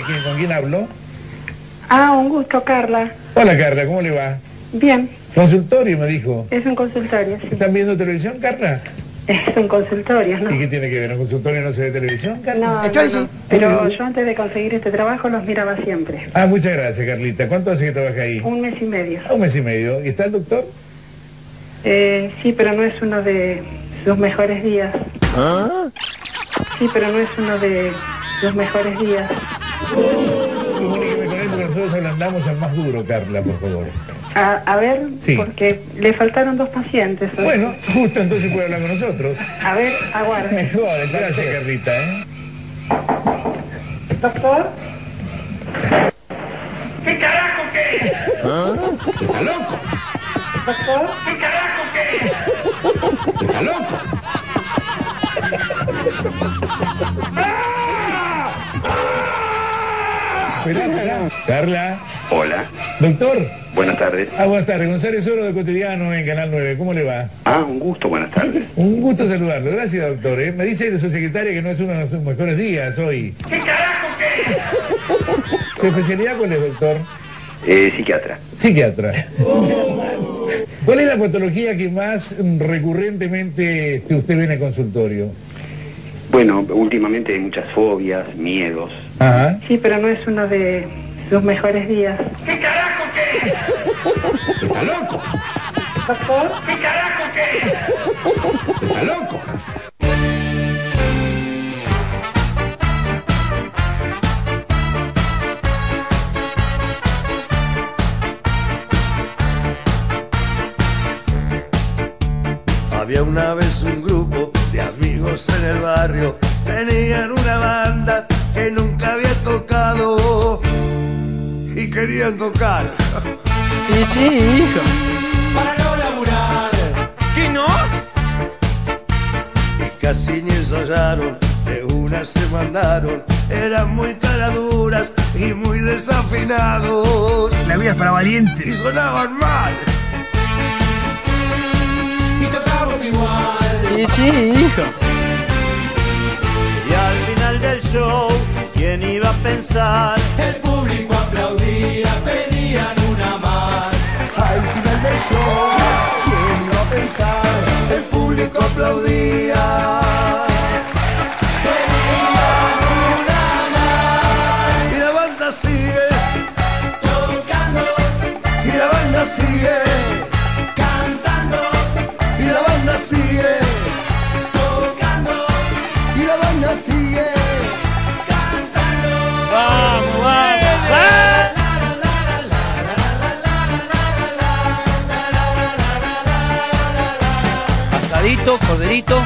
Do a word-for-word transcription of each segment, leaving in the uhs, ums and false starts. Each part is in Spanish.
¿Quién, ¿Con quién hablo? Ah, un gusto, Carla. Hola, Carla, ¿cómo le va? Bien. Consultorio, me dijo. Es un consultorio, sí. ¿Están viendo televisión, Carla? Es un consultorio, ¿no? ¿Y qué tiene que ver? ¿En consultorio no se ve televisión, Carla? No, no, no. Pero yo antes de conseguir este trabajo los miraba siempre. Ah, muchas gracias, Carlita. ¿Cuánto hace que trabaja ahí? Un mes y medio. Ah, un mes y medio. ¿Y está el doctor? Eh, sí, pero no es uno de sus mejores días. ¿Ah? Sí, pero no es uno de sus mejores días. Comuníqueme con él porque nosotros ablandamos al más duro, Carla, por favor. A, a ver, sí. Porque le faltaron dos pacientes. ¿O? Bueno, justo entonces puede hablar con nosotros. A ver, aguarde. Mejor, gracias, Carlita, ¿eh? Doctor. ¿Qué carajo qué? ¿Ah? ¿Está loco? Doctor. ¿Qué carajo qué? ¿Está loco? ¡Ah! ¡Ah! Esperá, esperá. Carla. Hola. Doctor. Buenas tardes. Ah, buenas tardes. González Oro de Cotidiano en Canal nueve. ¿Cómo le va? Ah, un gusto. Buenas tardes. Un gusto saludarlo. Gracias, doctor. ¿eh? Me dice su secretaria que no es uno de sus mejores días hoy. ¿Qué carajo qué? ¿Su especialidad cuál es, doctor? Eh, psiquiatra. Psiquiatra. ¿Cuál es la patología que más recurrentemente este, usted ve en el consultorio? Bueno, últimamente hay muchas fobias, miedos. Ajá. Sí, pero no es uno de sus mejores días. ¿Qué carajo qué? ¿Está loco? Doctor. ¿Qué carajo qué? ¿Está loco? Había una vez un grupo de amigos en el barrio, tenían una banda que nunca había tocado y querían tocar. Y sí, hijo. Para no laburar. ¿Qué no? Y casi ni ensayaron, de una se mandaron, eran muy caraduras y muy desafinados. La vida es para valientes. Y sonaban mal. Igual. Y sí, hijo. Y al final del show, ¿quién iba a pensar? El público aplaudía, pedían una más. Al final del show, ¿quién iba a pensar? El público aplaudía. Pedían una más. Y la banda sigue tocando. Y la banda sigue sigue tocando y la banda sigue cantando. Vamos, vamos, vamos. Pasadito, corderito.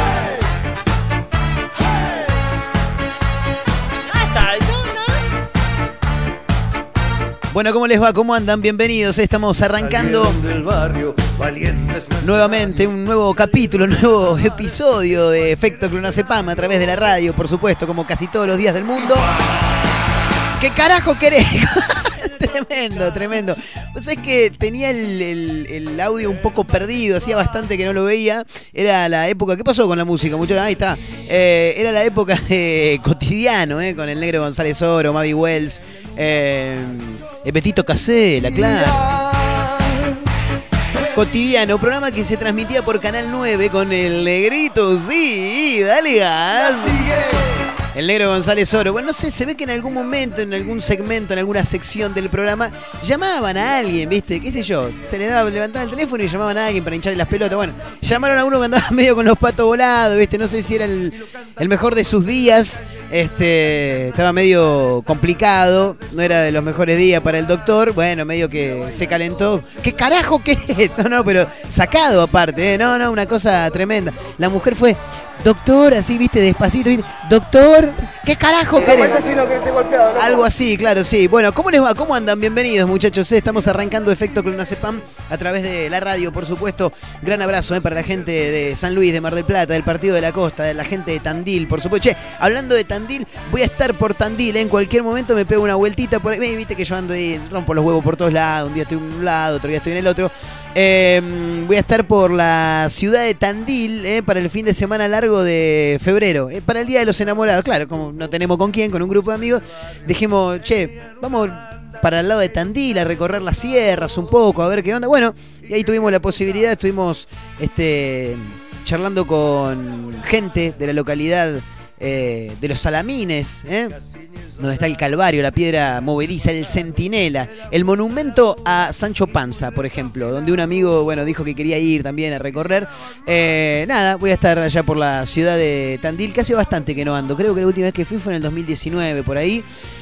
Bueno, ¿cómo les va? ¿Cómo andan? Bienvenidos. Estamos arrancando nuevamente un nuevo capítulo, un nuevo episodio de Efecto Clonazepam a través de la radio, por supuesto, como casi todos los días del mundo. ¿Qué carajo querés? Tremendo, tremendo. Pues es que tenía el, el, el audio un poco perdido, hacía bastante que no lo veía. Era la época... ¿Qué pasó con la música, muchachos? Ahí está. Eh, era la época de Cotidiano, eh, con el negro González Oro, Mavi Wells, eh, el Betito Casella, claro. Cotidiano, programa que se transmitía por Canal nueve con el negrito, sí, dale gas. El negro González Oro. Bueno, no sé, se ve que en algún momento, en algún segmento, en alguna sección del programa, llamaban a alguien, ¿viste? ¿Qué sé yo? Se le daba, levantaban el teléfono y llamaban a alguien para hincharle las pelotas. Bueno, llamaron a uno que andaba medio con los patos volados, ¿viste? No sé si era el, el mejor de sus días. Este, estaba medio complicado, no era de los mejores días para el doctor. Bueno, medio que se calentó. ¿Qué carajo qué es? No, no, pero sacado aparte, ¿eh? No, no, una cosa tremenda. La mujer fue... Doctor, así, viste, despacito, ¿viste? Doctor, ¿qué carajo querés? Algo así, claro, sí. Bueno, ¿cómo les va? ¿Cómo andan? Bienvenidos, muchachos. Estamos arrancando Efecto Clonazepam a través de la radio, por supuesto. Gran abrazo eh, para la gente de San Luis, de Mar del Plata, del Partido de la Costa, de la gente de Tandil, por supuesto. Che, hablando de Tandil, voy a estar por Tandil, ¿eh? En cualquier momento me pego una vueltita por ahí. Viste que yo ando ahí, rompo los huevos por todos lados. Un día estoy en un lado, otro día estoy en el otro. Eh, voy a estar por la ciudad de Tandil eh, para el fin de semana largo de febrero, eh, para el Día de los Enamorados. Claro, como no tenemos con quién, con un grupo de amigos, dijimos, che, vamos para el lado de Tandil a recorrer las sierras un poco, a ver qué onda. Bueno, y ahí tuvimos la posibilidad, estuvimos este, charlando con gente de la localidad eh, de Los Salamines, eh, donde está el Calvario, la piedra movediza, el Centinela, el monumento a Sancho Panza, por ejemplo, donde un amigo, bueno, dijo que quería ir también a recorrer. Eh, nada, voy a estar allá por la ciudad de Tandil, que hace bastante que no ando. Creo que la última vez que fui fue en el dos mil diecinueve, por ahí.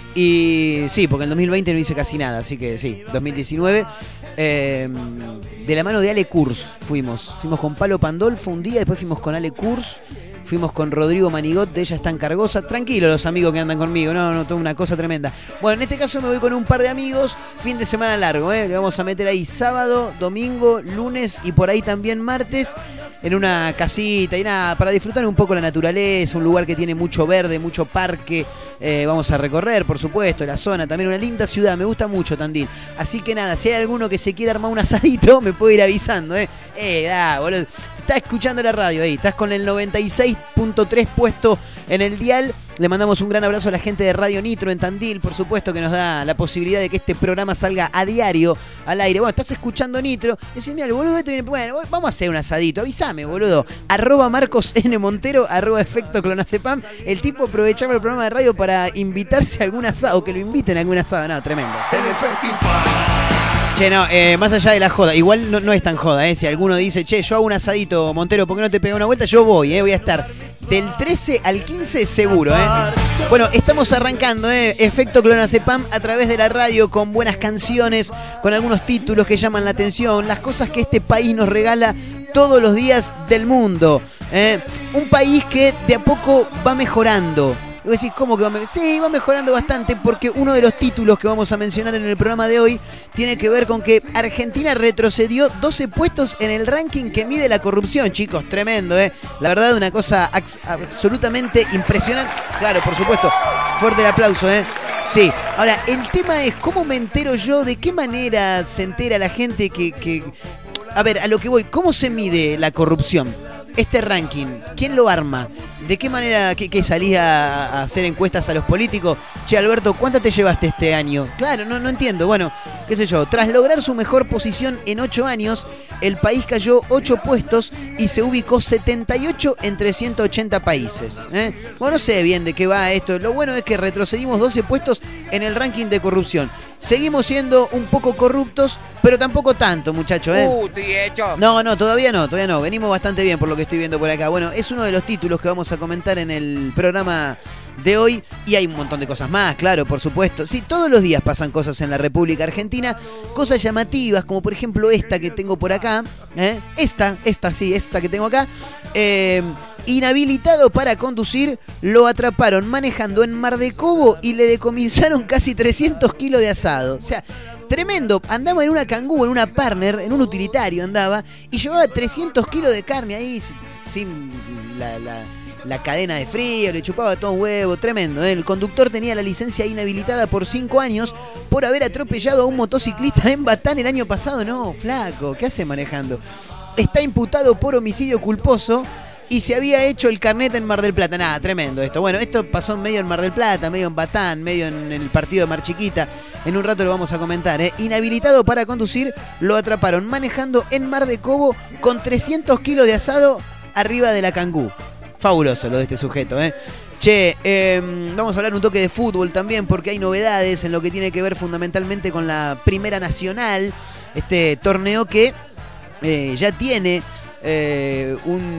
Y sí, porque en el dos mil veinte no hice casi nada, así que sí, dos mil diecinueve. Eh, de la mano de Ale Kurz fuimos. Fuimos con Palo Pandolfo un día, después fuimos con Ale Kurz. Fuimos con Rodrigo Manigot, de Ella es tan cargosa. Tranquilo los amigos que andan conmigo, no, no, tengo una cosa tremenda. Bueno, en este caso me voy con un par de amigos, fin de semana largo, ¿eh? Le vamos a meter ahí sábado, domingo, lunes y por ahí también martes, en una casita y nada, para disfrutar un poco la naturaleza, un lugar que tiene mucho verde, mucho parque. Eh, vamos a recorrer, por supuesto, la zona, también una linda ciudad, me gusta mucho Tandil. Así que nada, si hay alguno que se quiera armar un asadito, me puede ir avisando, ¿eh? Eh, da, boludo. Estás escuchando la radio ahí, estás con el noventa y seis punto tres puesto en el dial. Le mandamos un gran abrazo a la gente de Radio Nitro en Tandil, por supuesto, que nos da la posibilidad de que este programa salga a diario al aire. Bueno, estás escuchando Nitro, decís, mira, el boludo esto viene, bueno, vamos a hacer un asadito, avísame, boludo. Arroba Marcos N. Montero, arroba Efecto Clonazepam. El tipo aprovechaba el programa de radio para invitarse a algún asado, que lo inviten a algún asado, no, tremendo. En el festival. Che, no, eh, más allá de la joda, igual no, no es tan joda, ¿eh? Si alguno dice, che, yo hago un asadito, Montero, ¿por qué no te pega una vuelta? Yo voy, ¿eh? Voy a estar del trece al quince seguro, ¿eh? Bueno, estamos arrancando, ¿eh? Efecto Clonazepam a través de la radio con buenas canciones, con algunos títulos que llaman la atención, las cosas que este país nos regala todos los días del mundo, ¿eh? Un país que de a poco va mejorando. Y vos decís, ¿cómo que va mejorando? Sí, va mejorando bastante porque uno de los títulos que vamos a mencionar en el programa de hoy tiene que ver con que Argentina retrocedió doce puestos en el ranking que mide la corrupción, chicos, tremendo, ¿eh? La verdad, una cosa absolutamente impresionante. Claro, por supuesto, fuerte el aplauso, ¿eh? Sí, ahora, el tema es, ¿cómo me entero yo? ¿De qué manera se entera la gente que... que... A ver, a lo que voy, ¿cómo se mide la corrupción? Este ranking, ¿quién lo arma? ¿De qué manera que, que salís a, a hacer encuestas a los políticos? Che, Alberto, ¿cuántas te llevaste este año? Claro, no, no entiendo. Bueno, qué sé yo. Tras lograr su mejor posición en ocho años, el país cayó ocho puestos y se ubicó setenta y ocho entre ciento ochenta países. ¿eh? Bueno, no sé bien de qué va esto. Lo bueno es que retrocedimos doce puestos en el ranking de corrupción. Seguimos siendo un poco corruptos, pero tampoco tanto, muchachos, ¿eh? Uh, estoy hecho. No, no, todavía no, todavía no. Venimos bastante bien por lo que estoy viendo por acá. Bueno, es uno de los títulos que vamos a comentar en el programa de hoy. Y hay un montón de cosas más, claro, por supuesto. Sí, todos los días pasan cosas en la República Argentina. Cosas llamativas, como por ejemplo esta que tengo por acá. ¿eh? Esta, esta, sí, esta que tengo acá. Eh... Inhabilitado para conducir, lo atraparon manejando en Mar de Cobo y le decomisaron casi trescientos kilos de asado. O sea, tremendo. Andaba en una Kangoo, en una Partner, en un utilitario andaba y llevaba trescientos kilos de carne ahí sin la, la, la cadena de frío, le chupaba todo un huevo, tremendo. ¿eh? El conductor tenía la licencia inhabilitada por cinco años por haber atropellado a un motociclista en Batán el año pasado. No, flaco, ¿qué hace manejando? Está imputado por homicidio culposo y se había hecho el carnet en Mar del Plata. Nada, tremendo esto. Bueno, esto pasó medio en Mar del Plata, medio en Batán, medio en el partido de Mar Chiquita. En un rato lo vamos a comentar. ¿eh? Inhabilitado para conducir, lo atraparon manejando en Mar de Cobo con trescientos kilos de asado arriba de la Kangoo. Fabuloso lo de este sujeto, ¿eh? Che, eh, vamos a hablar un toque de fútbol también porque hay novedades en lo que tiene que ver fundamentalmente con la Primera Nacional. Este torneo que eh, ya tiene... Eh,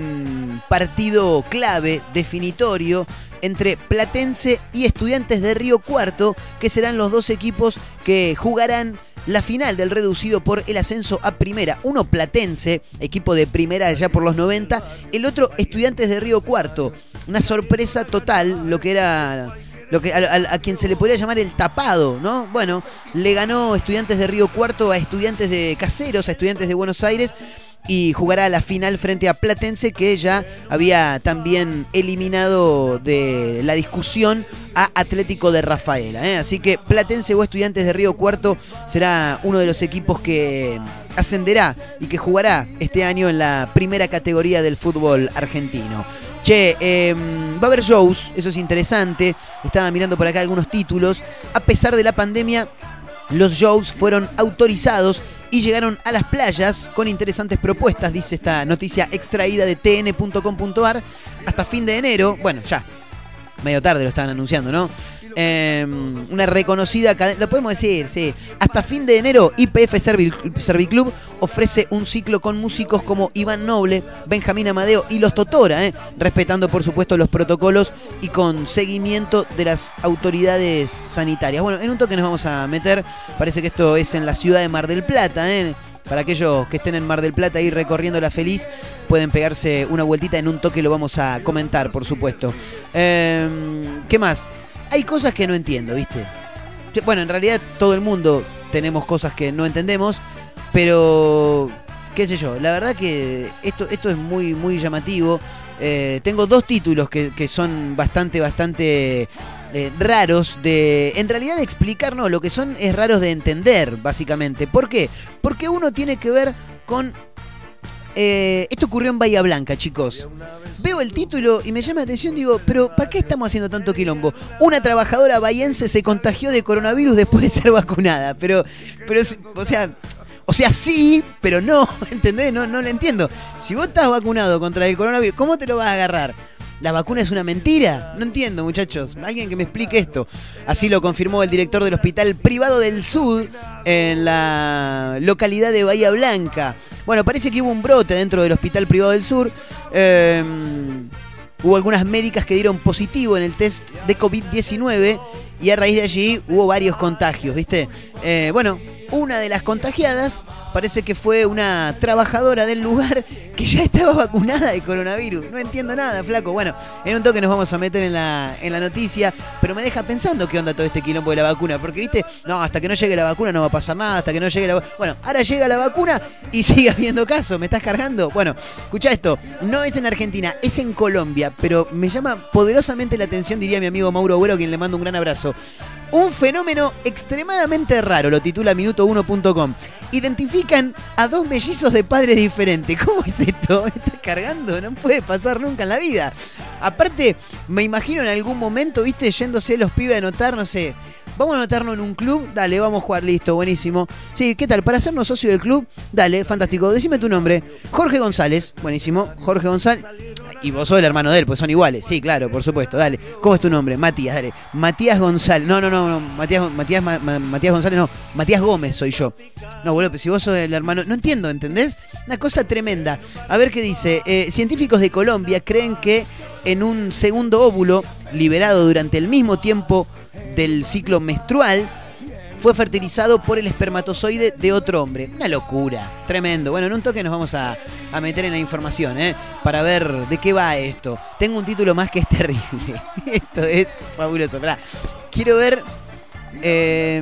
un partido clave, definitorio, entre Platense y Estudiantes de Río Cuarto, que serán los dos equipos que jugarán la final del reducido por el ascenso a primera. Uno Platense, equipo de primera allá por los noventa, el otro Estudiantes de Río Cuarto. Una sorpresa total, lo que era... Lo que, a, a, a quien se le podría llamar el tapado, ¿no? Bueno, le ganó Estudiantes de Río Cuarto a Estudiantes de Caseros, a Estudiantes de Buenos Aires, y jugará la final frente a Platense, que ya había también eliminado de la discusión a Atlético de Rafaela, ¿eh? Así que Platense o Estudiantes de Río Cuarto será uno de los equipos que ascenderá y que jugará este año en la primera categoría del fútbol argentino. Che, eh, va a haber shows, eso es interesante. Estaba mirando por acá algunos títulos. A pesar de la pandemia, los shows fueron autorizados y llegaron a las playas con interesantes propuestas, dice esta noticia extraída de t n punto com punto a r. Hasta fin de enero, bueno, ya, medio tarde lo estaban anunciando, ¿no? Eh, una reconocida cadena, lo podemos decir, sí. Hasta fin de enero, I P F Serviclub ofrece un ciclo con músicos como Iván Noble, Benjamín Amadeo y Los Totora, eh, respetando por supuesto los protocolos y con seguimiento de las autoridades sanitarias. Bueno, en un toque nos vamos a meter, parece que esto es en la ciudad de Mar del Plata, eh. Para aquellos que estén en Mar del Plata y recorriendo la Feliz, pueden pegarse una vueltita, en un toque lo vamos a comentar, por supuesto. Eh, ¿Qué más? Hay cosas que no entiendo, ¿viste? Bueno, en realidad todo el mundo tenemos cosas que no entendemos, pero qué sé yo, la verdad que esto, esto es muy, muy llamativo. Eh, tengo dos títulos que, que son bastante, bastante eh, raros de, en realidad, de explicar, no, lo que son es raros de entender, básicamente. ¿Por qué? Porque uno tiene que ver con... Eh, esto ocurrió en Bahía Blanca, chicos. Veo el título y me llama la atención, digo, pero ¿para qué estamos haciendo tanto quilombo? Una trabajadora bahiense se contagió de coronavirus después de ser vacunada. Pero, pero, o sea, o sea, sí, pero no, ¿entendés? No, no lo entiendo. Si vos estás vacunado contra el coronavirus, ¿cómo te lo vas a agarrar? ¿La vacuna es una mentira? No entiendo, muchachos. Alguien que me explique esto. Así lo confirmó el director del Hospital Privado del Sur en la localidad de Bahía Blanca. Bueno, parece que hubo un brote dentro del Hospital Privado del Sur. Eh, hubo algunas médicas que dieron positivo en el test de COVID diecinueve y a raíz de allí hubo varios contagios, ¿viste? Eh, bueno, una de las contagiadas parece que fue una trabajadora del lugar que ya estaba vacunada de coronavirus. No entiendo nada, flaco. Bueno, en un toque nos vamos a meter en la, en la noticia, pero me deja pensando qué onda todo este quilombo de la vacuna, porque, viste, no, hasta que no llegue la vacuna no va a pasar nada, hasta que no llegue la vacuna. Bueno, ahora llega la vacuna y sigue habiendo caso, ¿me estás cargando? Bueno, escuchá esto, no es en Argentina, es en Colombia, pero me llama poderosamente la atención, diría mi amigo Mauro Agüero, a quien le mando un gran abrazo. Un fenómeno extremadamente raro, lo titula minuto uno punto com. Identifican a dos mellizos de padres diferentes. ¿Cómo es esto? ¿Me estás cargando? No puede pasar nunca en la vida. Aparte, me imagino en algún momento, viste, yéndose los pibes a anotar, no sé, vamos a anotarnos en un club, dale, vamos a jugar, listo, buenísimo. Sí, ¿qué tal? Para hacernos socio del club, dale, fantástico, decime tu nombre. Jorge González, buenísimo, Jorge González. Y vos sos el hermano de él, pues son iguales. Sí, claro, por supuesto, dale. ¿Cómo es tu nombre? Matías, dale. Matías González. No, no, no, no. Matías, Matías, Ma, Ma, Matías González, no. Matías Gómez soy yo. No, boludo, pero si vos sos el hermano... No entiendo, ¿entendés? Una cosa tremenda. A ver qué dice. Eh, científicos de Colombia creen que en un segundo óvulo, liberado durante el mismo tiempo del ciclo menstrual, fue fertilizado por el espermatozoide de otro hombre. Una locura, tremendo. Bueno, en un toque nos vamos a, a meter en la información, ¿eh? Para ver de qué va esto. Tengo un título más que es terrible. Esto es fabuloso. Pará. Quiero ver... Eh,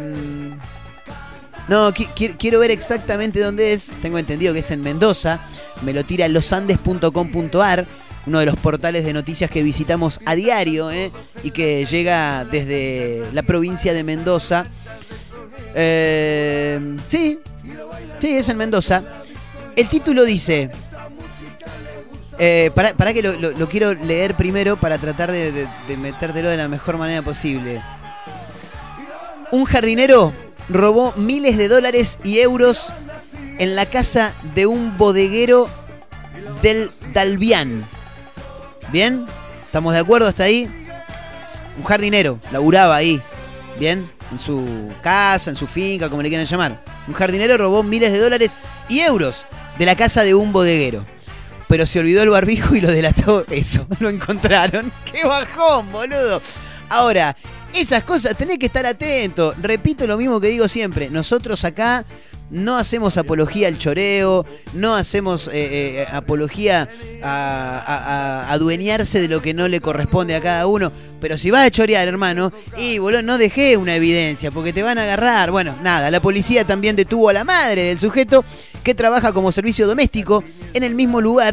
no, qui- quiero ver exactamente dónde es. Tengo entendido que es en Mendoza. Me lo tira losandes punto com punto a r. Uno de los portales de noticias que visitamos a diario, ¿eh? Y que llega desde la provincia de Mendoza. Eh, sí, sí, es en Mendoza. El título dice... Eh, para, para que lo, lo, lo quiero leer primero para tratar de, de, de metértelo de la mejor manera posible. Un jardinero robó miles de dólares y euros en la casa de un bodeguero del Dalbián. ¿Bien? ¿Estamos de acuerdo hasta ahí? Un jardinero, laburaba ahí. ¿Bien? En su casa, en su finca, como le quieran llamar. Un jardinero robó miles de dólares y euros de la casa de un bodeguero. Pero se olvidó el barbijo y lo delató eso. Lo encontraron. ¡Qué bajón, boludo! Ahora, esas cosas tenés que estar atento. Repito lo mismo que digo siempre. Nosotros acá no hacemos apología al choreo, no hacemos eh, eh, apología a, a, a adueñarse de lo que no le corresponde a cada uno. Pero si vas a chorear, hermano, y boludo, no dejé una evidencia porque te van a agarrar. Bueno, nada, la policía también detuvo a la madre del sujeto que trabaja como servicio doméstico en el mismo lugar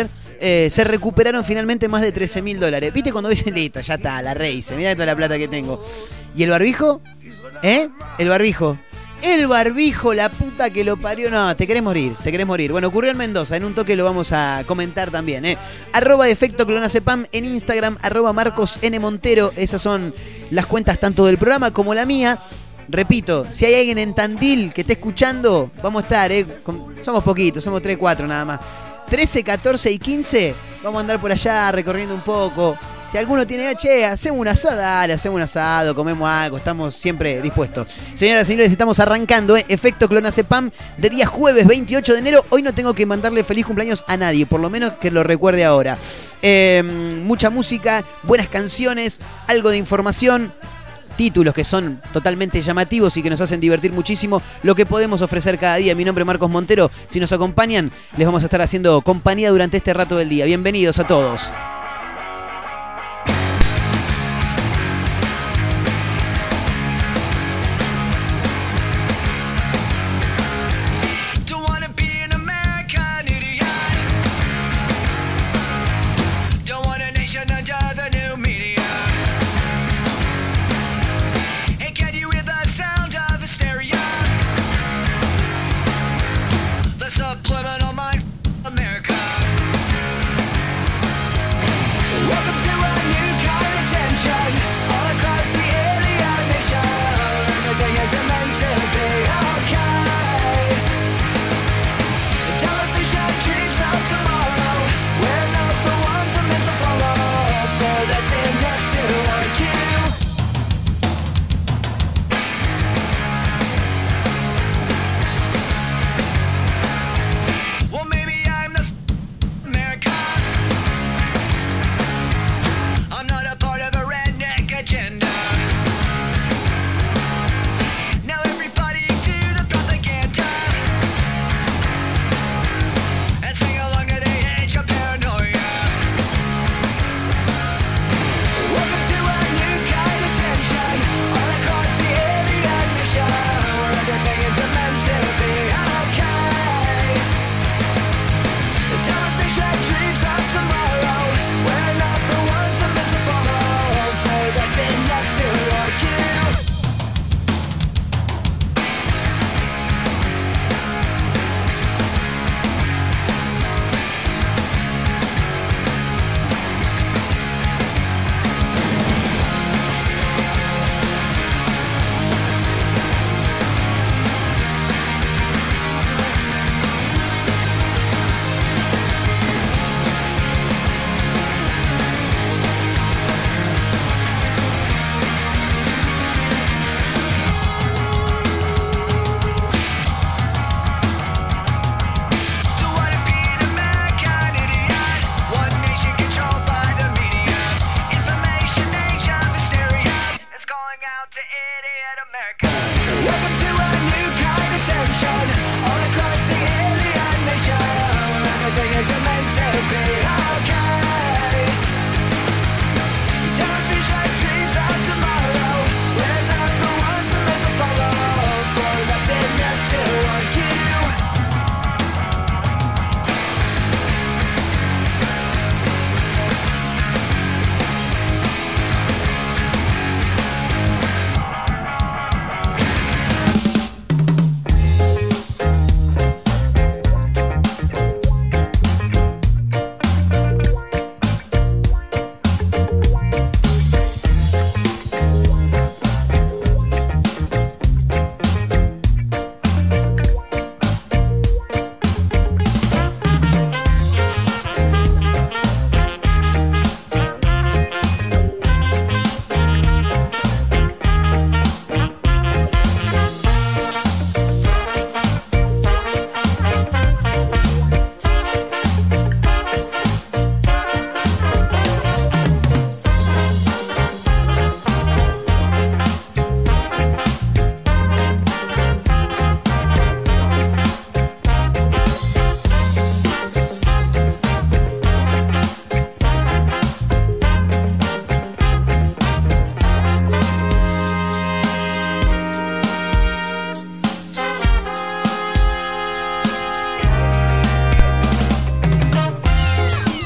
eh, se recuperaron finalmente más de trece mil dólares. ¿Viste cuando dicen, listo, ya está, la rehice, mirá toda la plata que tengo? ¿Y el barbijo? ¿Eh? El barbijo. El barbijo, la puta que lo parió. No, te querés morir, te querés morir. Bueno, ocurrió en Mendoza, en un toque lo vamos a comentar también, ¿eh? Arroba Efecto Clonazepam en Instagram, arroba Marcos N. Montero. Esas son las cuentas tanto del programa como la mía. Repito, si hay alguien en Tandil que esté escuchando, vamos a estar, ¿eh? Somos poquitos, somos tres, cuatro nada más. trece, catorce y quince, vamos a andar por allá recorriendo un poco. Si alguno tiene, che, hacemos un asado, dale, hacemos un asado, comemos algo, estamos siempre dispuestos. Señoras y señores, estamos arrancando, ¿eh? Efecto Clonazepam de día jueves veintiocho de enero. Hoy no tengo que mandarle feliz cumpleaños a nadie, por lo menos que lo recuerde ahora. Eh, mucha música, buenas canciones, algo de información, títulos que son totalmente llamativos y que nos hacen divertir muchísimo, lo que podemos ofrecer cada día. Mi nombre es Marcos Montero. Si nos acompañan, les vamos a estar haciendo compañía durante este rato del día. Bienvenidos a todos. Subliminal mind, America.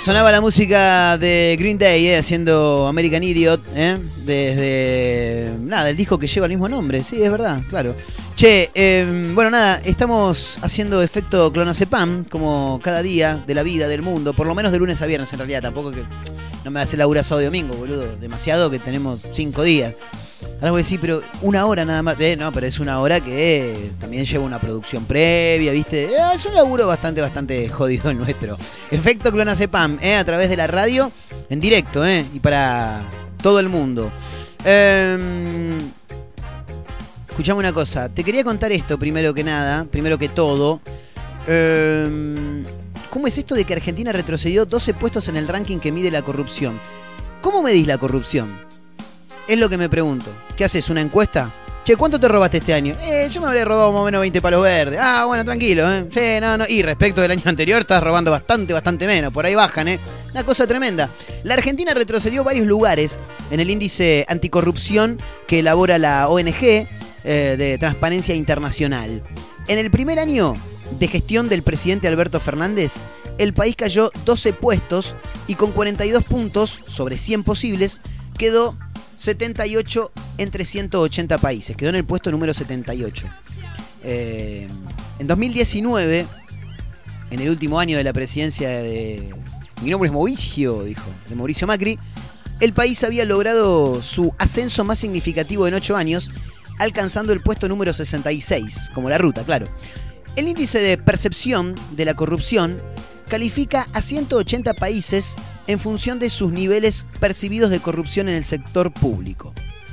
Sonaba la música de Green Day, eh, haciendo American Idiot, eh, desde, nada, el disco que lleva el mismo nombre, sí, es verdad, claro. Che, eh, bueno, nada, estamos haciendo efecto clonazepam, como cada día de la vida, del mundo, por lo menos de lunes a viernes en realidad, tampoco que no me hace laburar sábado y domingo, boludo, demasiado que tenemos cinco días. Ahora voy a decir, pero una hora nada más. Eh, no, pero es una hora que eh, también lleva una producción previa, ¿viste? Eh, es un laburo bastante, bastante jodido el nuestro. Efecto clonazepam, eh, a través de la radio, en directo, eh, y para todo el mundo. Eh, escuchame una cosa. Te quería contar esto primero que nada, primero que todo. Eh, ¿Cómo es esto de que Argentina retrocedió doce puestos en el ranking que mide la corrupción? ¿Cómo medís la corrupción? Es lo que me pregunto. ¿Qué haces? ¿Una encuesta? Che, ¿cuánto te robaste este año? Eh, yo me habría robado más o menos veinte palos verdes. Ah, bueno, tranquilo, ¿eh? Sí, no, no. Y respecto del año anterior, estás robando bastante, bastante menos. Por ahí bajan, ¿eh? Una cosa tremenda. La Argentina retrocedió varios lugares en el índice anticorrupción que elabora la O N G eh, de Transparencia Internacional. En el primer año de gestión del presidente Alberto Fernández, el país cayó doce puestos y con cuarenta y dos puntos sobre cien posibles quedó setenta y ocho entre ciento ochenta países. Quedó en el puesto número setenta y ocho. Eh, en dos mil diecinueve, en el último año de la presidencia de... Mi nombre es Mauricio, dijo, de Mauricio Macri, el país había logrado su ascenso más significativo en ocho años, alcanzando el puesto número sesenta y seis, como la ruta, claro. El índice de percepción de la corrupción califica a ciento ochenta países en función de sus niveles percibidos de corrupción en el sector público.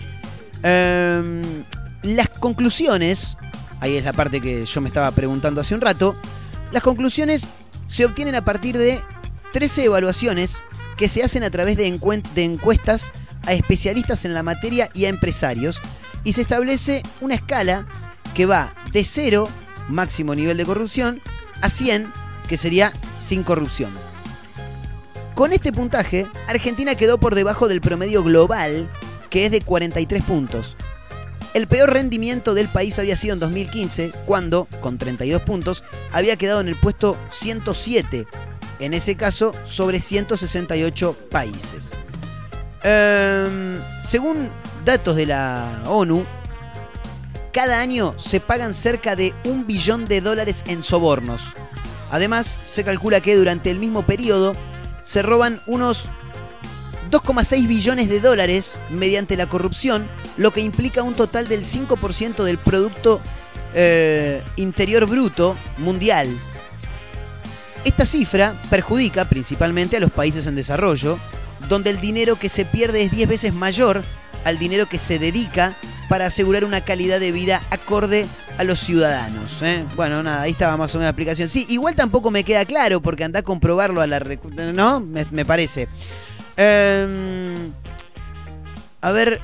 Eh, las conclusiones, ahí es la parte que yo me estaba preguntando hace un rato, las conclusiones se obtienen a partir de trece evaluaciones que se hacen a través de, encu- de encuestas a especialistas en la materia y a empresarios, y se establece una escala que va de cero, máximo nivel de corrupción, a cien, que sería sin corrupción. Con este puntaje, Argentina quedó por debajo del promedio global, que es de cuarenta y tres puntos. El peor rendimiento del país había sido en dos mil quince, cuando, con treinta y dos puntos, había quedado en el puesto ciento siete, en ese caso sobre ciento sesenta y ocho países. Eh, según datos de la ONU, cada año se pagan cerca de un billón de dólares en sobornos. Además, se calcula que durante el mismo periodo se roban unos dos coma seis billones de dólares mediante la corrupción, lo que implica un total del cinco por ciento del Producto eh, Interior Bruto mundial. Esta cifra perjudica principalmente a los países en desarrollo, donde el dinero que se pierde es diez veces mayor al dinero que se dedica para asegurar una calidad de vida acorde a los ciudadanos, ¿eh? Bueno, nada, ahí estaba más o menos la aplicación. Sí, igual tampoco me queda claro, porque andá a comprobarlo a la... Recu- ¿no? Me, me parece. Eh, a ver,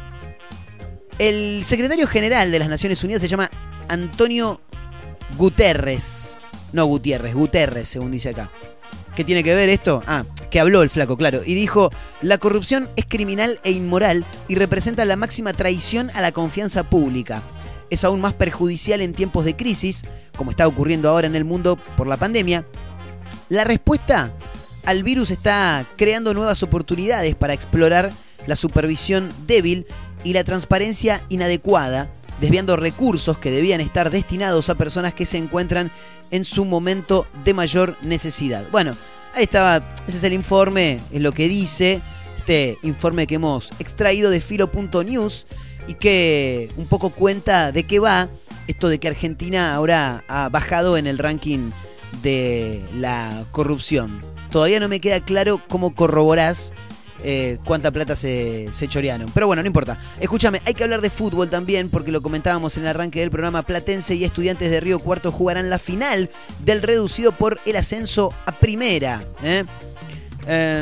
el secretario general de las Naciones Unidas se llama Antonio Guterres. No Gutiérrez, Guterres, según dice acá. ¿Qué tiene que ver esto? Ah, que habló el flaco, claro. Y dijo, la corrupción es criminal e inmoral y representa la máxima traición a la confianza pública. Es aún más perjudicial en tiempos de crisis, como está ocurriendo ahora en el mundo por la pandemia. La respuesta al virus está creando nuevas oportunidades para explorar la supervisión débil y la transparencia inadecuada, desviando recursos que debían estar destinados a personas que se encuentran en su momento de mayor necesidad. Bueno, ahí estaba, ese es el informe, es lo que dice, este informe que hemos extraído de filo punto news y que un poco cuenta de qué va esto de que Argentina ahora ha bajado en el ranking de la corrupción. Todavía no me queda claro cómo corroborás Eh, cuánta plata se, se chorearon. Pero bueno, no importa. Escúchame, hay que hablar de fútbol también, porque lo comentábamos en el arranque del programa. Platense y Estudiantes de Río Cuarto jugarán la final del reducido por el ascenso a primera. ¿eh? Eh,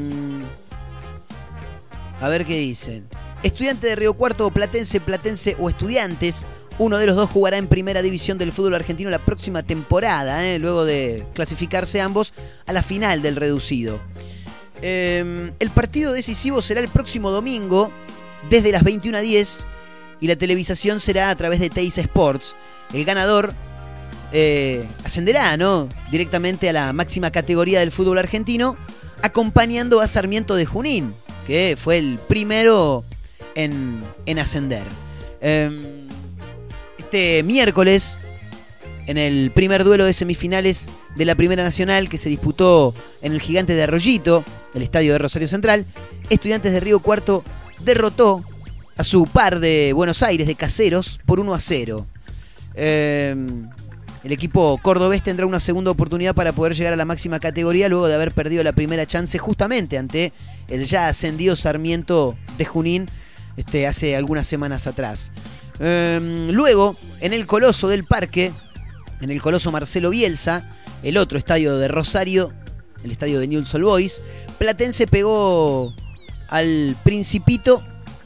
a ver qué dicen. Estudiantes de Río Cuarto o Platense, Platense o Estudiantes. Uno de los dos jugará en primera división del fútbol argentino la próxima temporada, ¿eh? luego de clasificarse ambos a la final del reducido. Eh, el partido decisivo será el próximo domingo desde las veintiuna diez y la televisación será a través de Teis Sports. El ganador eh, ascenderá, ¿no? directamente a la máxima categoría del fútbol argentino, acompañando a Sarmiento de Junín, que fue el primero en, en ascender. Eh, este miércoles, en el primer duelo de semifinales de la Primera Nacional que se disputó en el Gigante de Arroyito, el estadio de Rosario Central, Estudiantes de Río Cuarto derrotó a su par de Buenos Aires, de Caseros, por uno a cero. Eh, el equipo cordobés tendrá una segunda oportunidad para poder llegar a la máxima categoría luego de haber perdido la primera chance justamente ante el ya ascendido Sarmiento de Junín este, hace algunas semanas atrás. Eh, luego, en el Coloso del Parque, en el Coloso Marcelo Bielsa, el otro estadio de Rosario, el estadio de Newell's Old Boys, Platense pegó al Principito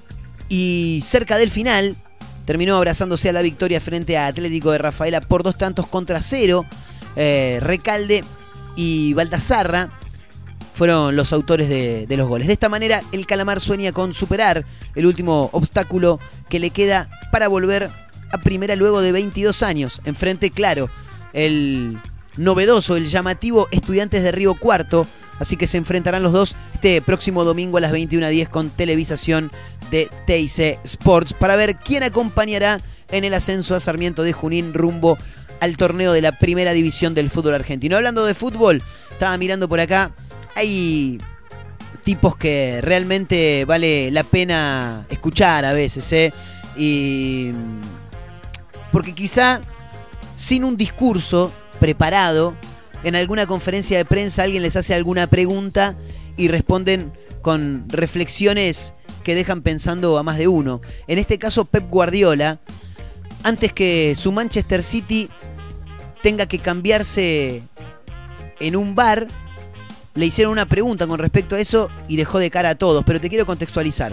y cerca del final terminó abrazándose a la victoria frente a Atlético de Rafaela por dos tantos contra cero. Eh, Recalde y Baldassarra fueron los autores de, de los goles. De esta manera, el Calamar sueña con superar el último obstáculo que le queda para volver a primera luego de veintidós años. Enfrente, claro, el novedoso, el llamativo Estudiantes de Río Cuarto. Así que se enfrentarán los dos este próximo domingo a las veintiuna diez con televisación de T I C Sports para ver quién acompañará en el ascenso a Sarmiento de Junín rumbo al torneo de la primera división del fútbol argentino. Hablando de fútbol, estaba mirando por acá, hay tipos que realmente vale la pena escuchar a veces, ¿eh? Y porque quizá sin un discurso preparado, en alguna conferencia de prensa alguien les hace alguna pregunta y responden con reflexiones que dejan pensando a más de uno. En este caso, Pep Guardiola, antes que su Manchester City tenga que cambiarse en un bar, le hicieron una pregunta con respecto a eso y dejó de cara a todos, pero te quiero contextualizar.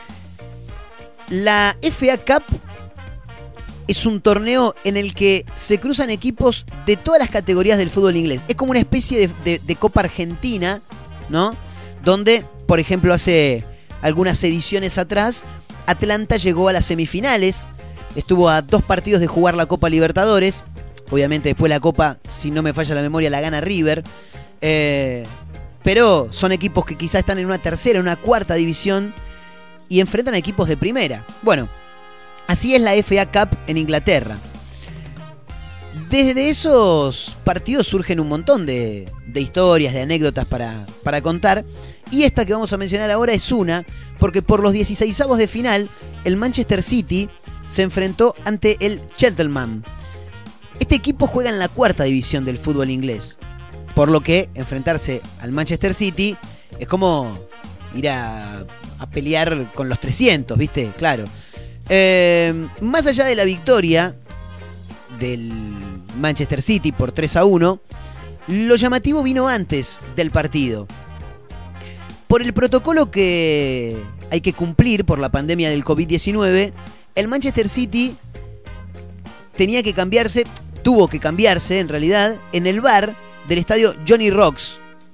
La F A Cup es un torneo en el que se cruzan equipos de todas las categorías del fútbol inglés. Es como una especie de, de, de Copa Argentina, ¿no? Donde, por ejemplo, hace algunas ediciones atrás, Atlanta llegó a las semifinales, estuvo a dos partidos de jugar la Copa Libertadores. Obviamente después la Copa, si no me falla la memoria, la gana River. Eh, pero son equipos que quizás están en una tercera, en una cuarta división y enfrentan a equipos de primera. Bueno, así es la F A Cup en Inglaterra. Desde esos partidos surgen un montón de, de historias, de anécdotas para, para contar. Y esta que vamos a mencionar ahora es una, porque por los dieciseisavos de final, el Manchester City se enfrentó ante el Cheltenham. Este equipo juega en la cuarta división del fútbol inglés, por lo que enfrentarse al Manchester City es como ir a, a pelear con los trescientos, ¿viste? Claro. Eh, más allá de la victoria del Manchester City por tres a uno, lo llamativo vino antes del partido. Por el protocolo que hay que cumplir por la pandemia del COVID diecinueve, el Manchester City tenía que cambiarse, tuvo que cambiarse en realidad, en el bar del estadio Johnny Rocks.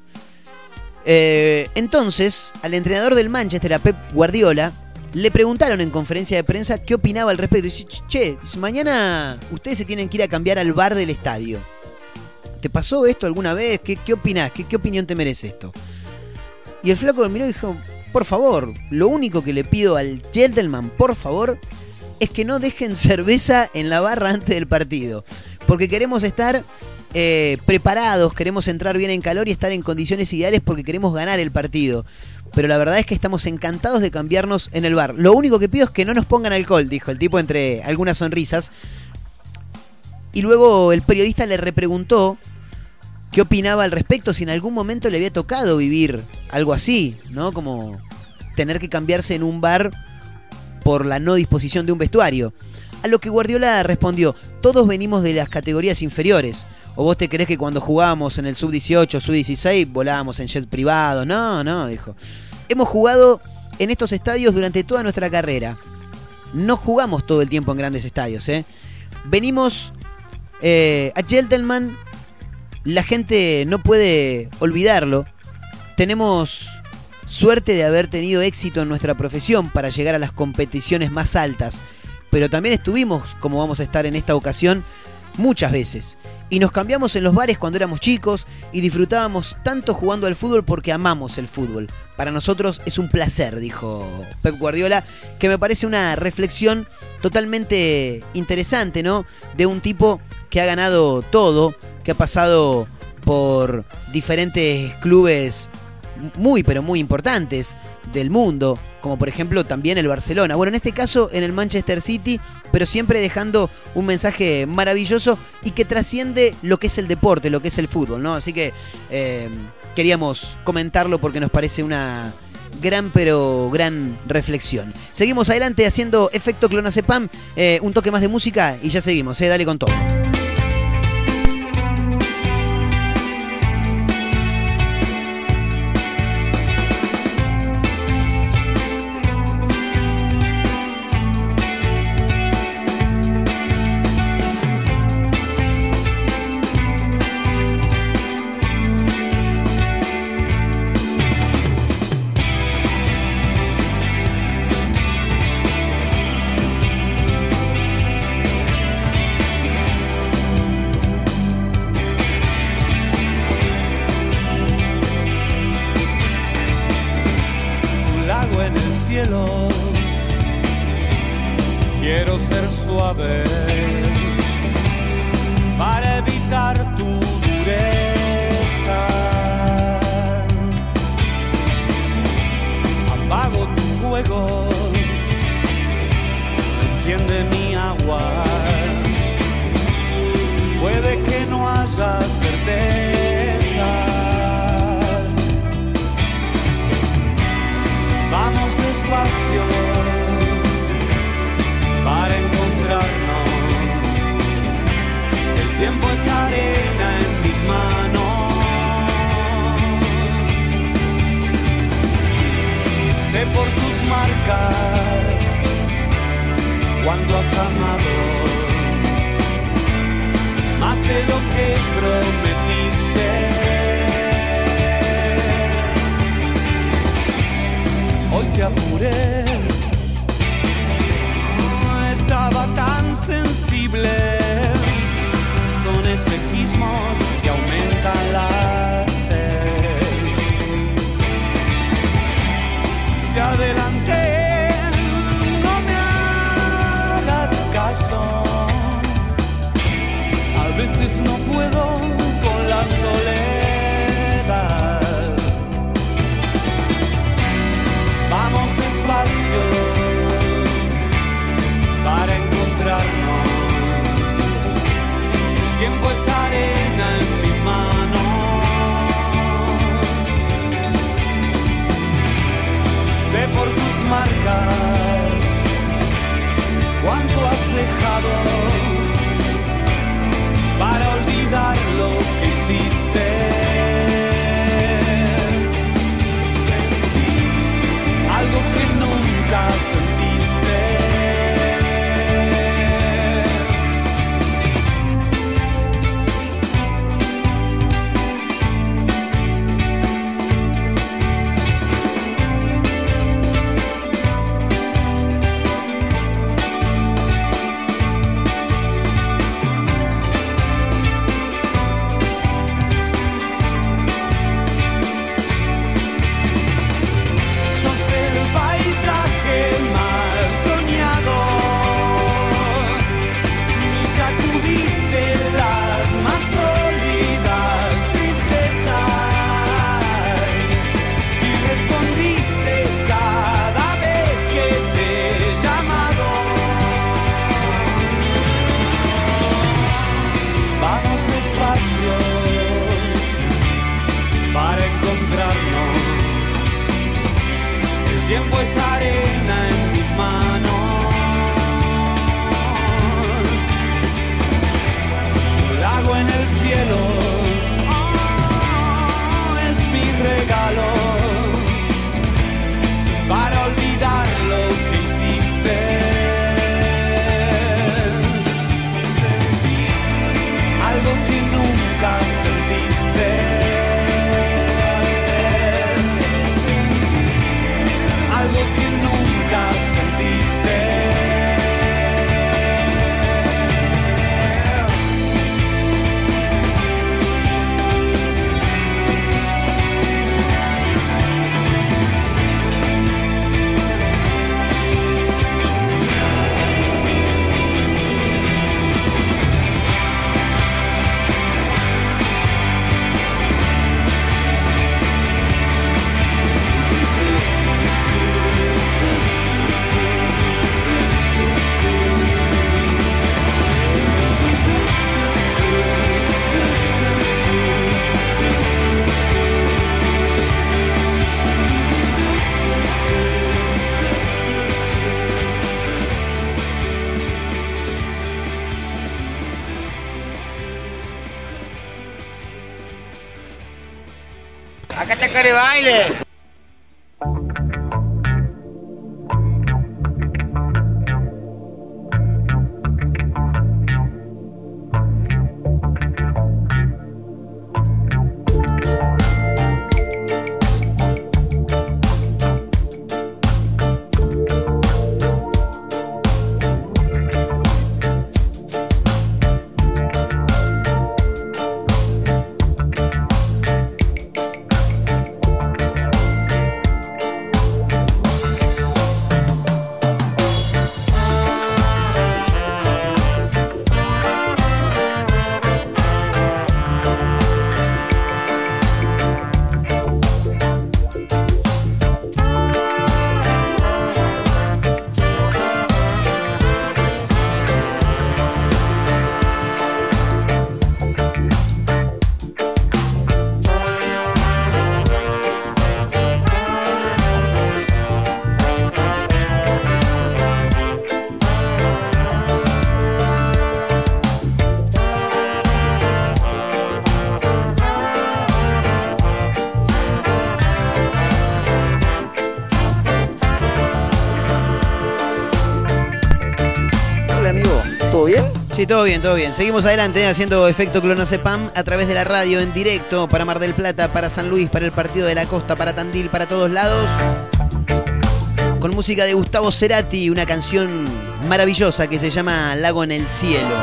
Eh, entonces, al entrenador del Manchester, a Pep Guardiola, le preguntaron en conferencia de prensa qué opinaba al respecto. Dice, che, mañana ustedes se tienen que ir a cambiar al bar del estadio. ¿Te pasó esto alguna vez? ¿Qué, qué opinás? ¿Qué, ¿Qué opinión te merece esto? Y el flaco miró y dijo, por favor, lo único que le pido al gentleman, por favor, es que no dejen cerveza en la barra antes del partido. Porque queremos estar eh, preparados, queremos entrar bien en calor y estar en condiciones ideales porque queremos ganar el partido. Pero la verdad es que estamos encantados de cambiarnos en el bar. Lo único que pido es que no nos pongan alcohol, dijo el tipo entre algunas sonrisas. Y luego el periodista le repreguntó qué opinaba al respecto, si en algún momento le había tocado vivir algo así, ¿no? Como tener que cambiarse en un bar por la no disposición de un vestuario. A lo que Guardiola respondió, todos venimos de las categorías inferiores. ¿O vos te creés que cuando jugábamos en el sub dieciocho, sub dieciséis, volábamos en jet privado? No, no, dijo. Hemos jugado en estos estadios durante toda nuestra carrera. No jugamos todo el tiempo en grandes estadios, ¿eh? Venimos eh, a Gentleman, la gente no puede olvidarlo. Tenemos suerte de haber tenido éxito en nuestra profesión para llegar a las competiciones más altas. Pero también estuvimos, como vamos a estar en esta ocasión, muchas veces. y nos cambiamos en los bares cuando éramos chicos y disfrutábamos tanto jugando al fútbol porque amamos el fútbol. Para nosotros es un placer, dijo Pep Guardiola, que me parece una reflexión totalmente interesante, ¿no? De un tipo que ha ganado todo, que ha pasado por diferentes clubes muy, pero muy importantes del mundo, como por ejemplo también el Barcelona. Bueno, en este caso en el Manchester City, pero siempre dejando un mensaje maravilloso y que trasciende lo que es el deporte, lo que es el fútbol, ¿no? Así que eh, queríamos comentarlo porque nos parece una gran, pero gran reflexión. Seguimos adelante haciendo efecto clonazepam, eh, un toque más de música y ya seguimos, eh, dale con todo. Quiero ser suave para evitar tu dureza. Apago tu fuego, enciende mi agua. Puede que no haya certezas. Vamos despacio para encontrarnos. El tiempo es arena en mis manos. Sé por tus marcas cuando has amado más de lo que prometiste. Hoy te apuré, estaba tan sensible. Son espejismos que aumentan la sed. Si adelanté, no me hagas caso. A veces no puedo con la soledad. Vamos despacio para encontrarnos. El tiempo es arena en mis manos. Sé por tus marcas cuánto has dejado para olvidar lo que hiciste. Sentí algo que nunca sentiste. Acá te quiere baile. Sí, todo bien, todo bien. Seguimos adelante haciendo efecto clonazepam a través de la radio en directo para Mar del Plata, para San Luis, para el Partido de la Costa, para Tandil, para todos lados. Con música de Gustavo Cerati, una canción maravillosa que se llama Lago en el Cielo.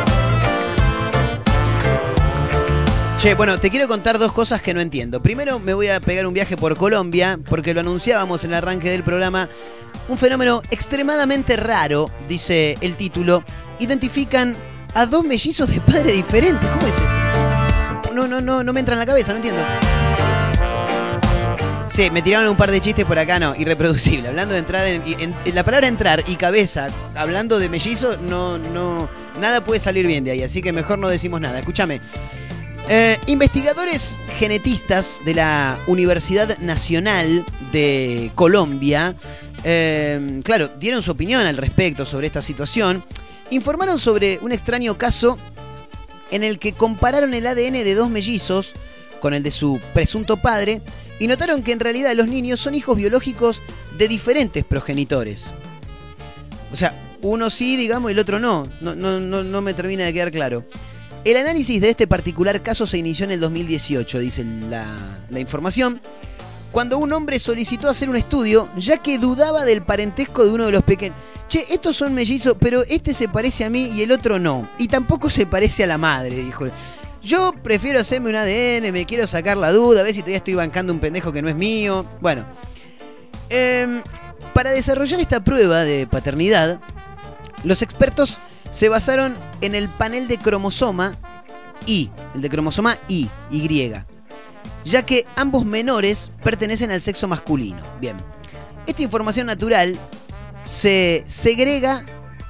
Che, bueno, te quiero contar dos cosas que no entiendo. Primero, me voy a pegar un viaje por Colombia, porque lo anunciábamos en el arranque del programa. Un fenómeno extremadamente raro, dice el título. Identifican a dos mellizos de padre diferente. ¿Cómo es eso? No, no, no, no me entra en la cabeza, no entiendo. Sí, me tiraron un par de chistes por acá, no, irreproducible. Hablando de entrar en, en, en la palabra entrar y cabeza, hablando de mellizo, no, no, nada puede salir bien de ahí, así que mejor no decimos nada. Escúchame. Eh, investigadores genetistas de la Universidad Nacional de Colombia, eh, claro, dieron su opinión al respecto sobre esta situación. Informaron sobre un extraño caso en el que compararon el A D N de dos mellizos con el de su presunto padre y notaron que en realidad los niños son hijos biológicos de diferentes progenitores. O sea, uno sí, digamos, y el otro no. No, no, no, no me termina de quedar claro. El análisis de este particular caso se inició en el dos mil dieciocho, dice la, la información, cuando un hombre solicitó hacer un estudio, ya que dudaba del parentesco de uno de los pequeños. Che, estos son mellizos, pero este se parece a mí y el otro no. Y tampoco se parece a la madre, dijo. Yo prefiero hacerme un A D N, me quiero sacar la duda, a ver si todavía estoy bancando un pendejo que no es mío. Bueno, eh, para desarrollar esta prueba de paternidad, los expertos se basaron en el panel de cromosoma Y, el de cromosoma Y, Y, ya que ambos menores pertenecen al sexo masculino. Bien, esta información natural se segrega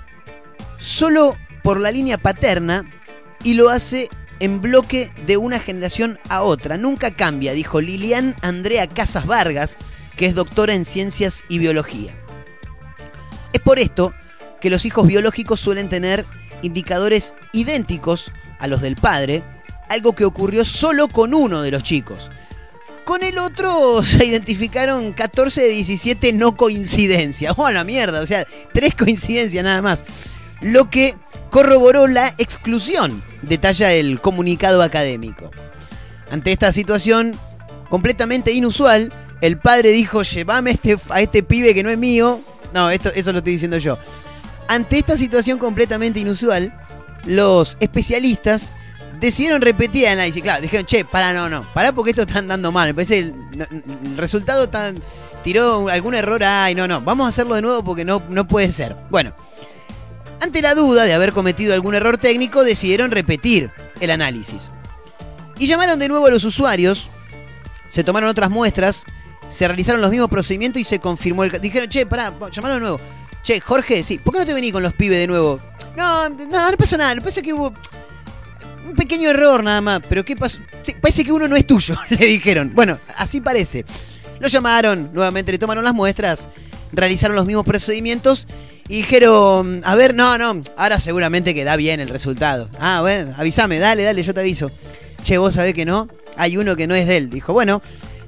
solo por la línea paterna y lo hace en bloque de una generación a otra. Nunca cambia, dijo Lilian Andrea Casas Vargas, que es doctora en ciencias y biología. Es por esto que los hijos biológicos suelen tener indicadores idénticos a los del padre, algo que ocurrió solo con uno de los chicos. Con el otro se identificaron catorce de diecisiete no coincidencias. ¡Oh, la mierda! O sea, tres coincidencias nada más. Lo que corroboró la exclusión, detalla el comunicado académico. Ante esta situación completamente inusual, el padre dijo, llévame a este, a este pibe que no es mío. No, esto, eso lo estoy diciendo yo. Ante esta situación completamente inusual, los especialistas decidieron repetir el análisis. Claro, dijeron, che, pará, no, no, pará porque esto está andando mal. Me parece el, el resultado tan, tiró algún error. Ay, no, no, vamos a hacerlo de nuevo porque no, no puede ser. Bueno, ante la duda de haber cometido algún error técnico, decidieron repetir el análisis. Y llamaron de nuevo a los usuarios, se tomaron otras muestras, se realizaron los mismos procedimientos y se confirmó el... Dijeron, che, pará, llamaron de nuevo. Che, Jorge, sí, ¿por qué no te venís con los pibes de nuevo? No, no, no pasó nada, no pasa que hubo un pequeño error nada más, pero ¿qué pasó? Sí, parece que uno no es tuyo, le dijeron. Bueno, así parece. Lo llamaron, nuevamente le tomaron las muestras, realizaron los mismos procedimientos y dijeron, a ver, no, no, ahora seguramente que da bien el resultado. Ah, bueno, avísame, dale, dale, yo te aviso. Che, vos sabés que no, hay uno que no es de él. Dijo, bueno,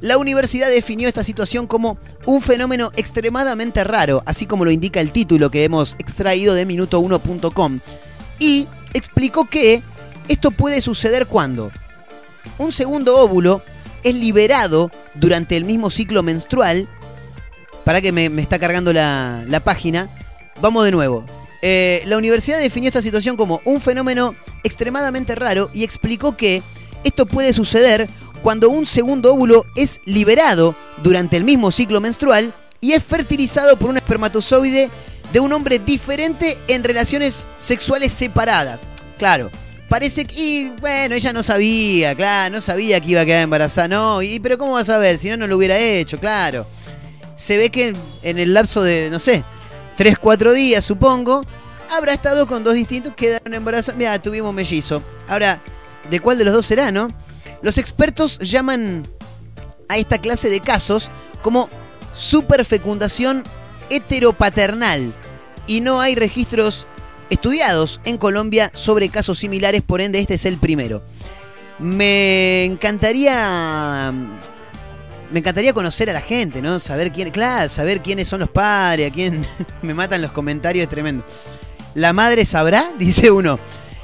La universidad definió esta situación como un fenómeno extremadamente raro, así como lo indica el título que hemos extraído de minuto uno punto com, y explicó que esto puede suceder cuando un segundo óvulo es liberado durante el mismo ciclo menstrual. Para que me, me está cargando la, la página. Vamos de nuevo. Eh, la universidad definió esta situación como un fenómeno extremadamente raro y explicó que esto puede suceder cuando un segundo óvulo es liberado durante el mismo ciclo menstrual y es fertilizado por un espermatozoide de un hombre diferente en relaciones sexuales separadas. Claro, parece que... Y bueno, ella no sabía, claro, no sabía que iba a quedar embarazada. No, y, pero ¿cómo vas a ver? Si no, no lo hubiera hecho, claro. Se ve que en el lapso de, no sé, tres, cuatro días, supongo, habrá estado con dos distintos, quedaron embarazados. Mira, tuvimos mellizo. Ahora, ¿de cuál de los dos será, no? Los expertos llaman a esta clase de casos como superfecundación heteropaternal y no hay registros estudiados en Colombia sobre casos similares, por ende este es el primero. Me encantaría... Me encantaría conocer a la gente, ¿no? Saber quién, claro, saber quiénes son los padres, a quién me matan los comentarios, es tremendo. ¿La madre sabrá? Dice uno.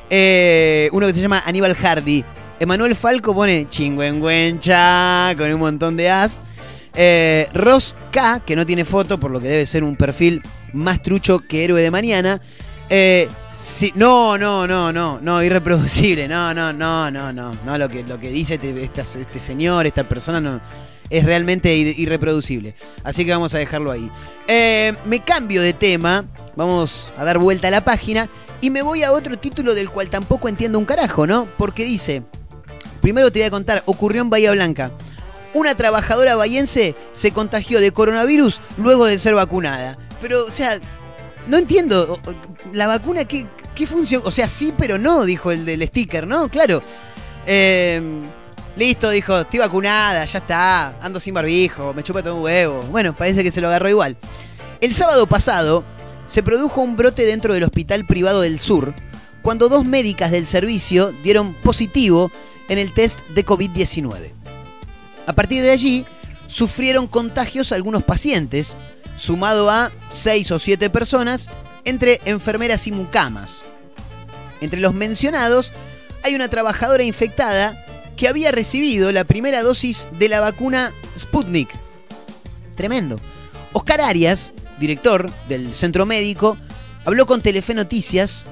Eh, uno que se llama Aníbal Hardy. Emanuel Falco pone chingüengüencha con un montón de as. Eh, Ross K, que no tiene foto, por lo que debe ser un perfil más trucho que Héroe de Mañana. Eh, sí, no, no, no, no, no, irreproducible. No, no, no, no, no. No, lo que, lo que dice este, este, este señor, esta persona, no. Es realmente irreproducible. Así que vamos a dejarlo ahí. Eh, me cambio de tema. Vamos a dar vuelta a la página. Y me voy a otro título del cual tampoco entiendo un carajo, ¿no? Porque dice... Primero te voy a contar. Ocurrió en Bahía Blanca. Una trabajadora bahiense se contagió de coronavirus luego de ser vacunada. Pero, o sea... No entiendo. ¿La vacuna qué, qué función? O sea, sí, pero no, dijo el del sticker, ¿no? Claro. Eh... Listo, dijo, estoy vacunada, ya está, ando sin barbijo, me chupa todo un huevo. Bueno, parece que se lo agarró igual. El sábado pasado se produjo un brote dentro del Hospital Privado del Sur, cuando dos médicas del servicio dieron positivo en el test de covid diecinueve. A partir de allí, sufrieron contagios algunos pacientes, sumado a seis o siete personas, entre enfermeras y mucamas. Entre los mencionados, hay una trabajadora infectada que había recibido la primera dosis de la vacuna Sputnik. Tremendo. Oscar Arias, director del centro médico, habló con Telefe Noticias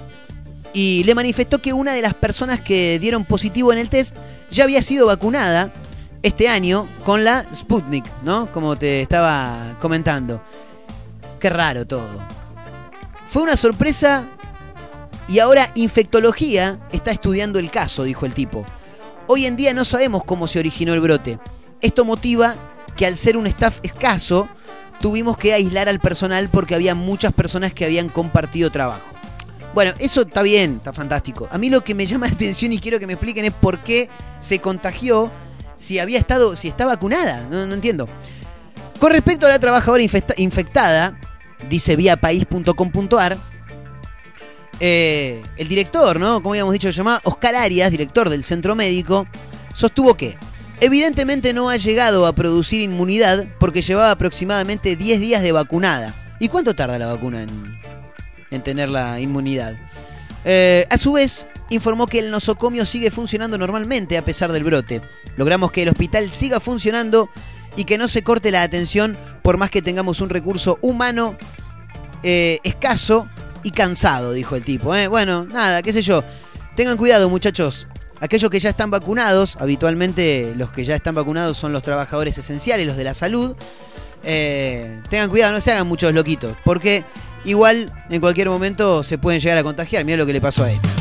y le manifestó que una de las personas que dieron positivo en el test ya había sido vacunada este año con la Sputnik, ¿no? Como te estaba comentando. Qué raro todo. Fue una sorpresa y ahora infectología está estudiando el caso, dijo el tipo. Hoy en día no sabemos cómo se originó el brote. Esto motiva que al ser un staff escaso, tuvimos que aislar al personal porque había muchas personas que habían compartido trabajo. Bueno, eso está bien, está fantástico. A mí lo que me llama la atención y quiero que me expliquen es por qué se contagió si había estado, si está vacunada. No, no entiendo. Con respecto a la trabajadora infecta, infectada, dice vía país punto com punto ar, Eh, el director, ¿no? Como habíamos dicho, se llamaba Oscar Arias, director del centro médico, sostuvo que evidentemente no ha llegado a producir inmunidad porque llevaba aproximadamente diez días de vacunada. ¿Y cuánto tarda la vacuna en, en tener la inmunidad? Eh, a su vez, informó que el nosocomio sigue funcionando normalmente a pesar del brote. Logramos que el hospital siga funcionando y que no se corte la atención por más que tengamos un recurso humano eh, escaso y cansado, dijo el tipo. ¿eh? Bueno, nada, qué sé yo. Tengan cuidado, muchachos. Aquellos que ya están vacunados, habitualmente los que ya están vacunados son los trabajadores esenciales, los de la salud. Eh, tengan cuidado, no se hagan muchos loquitos, porque igual en cualquier momento se pueden llegar a contagiar. Mirá lo que le pasó a esta.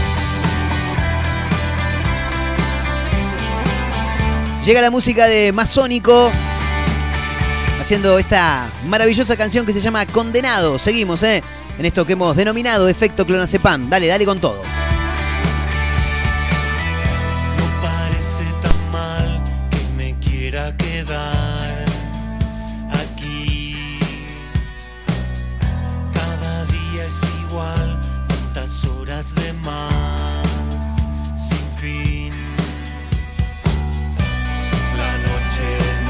Llega la música de Masónico haciendo esta maravillosa canción que se llama Condenado. Seguimos, ¿eh? En esto que hemos denominado efecto clonazepam. Dale, dale con todo. No parece tan mal que me quiera quedar aquí. Cada día es igual, tantas horas de más, sin fin. La noche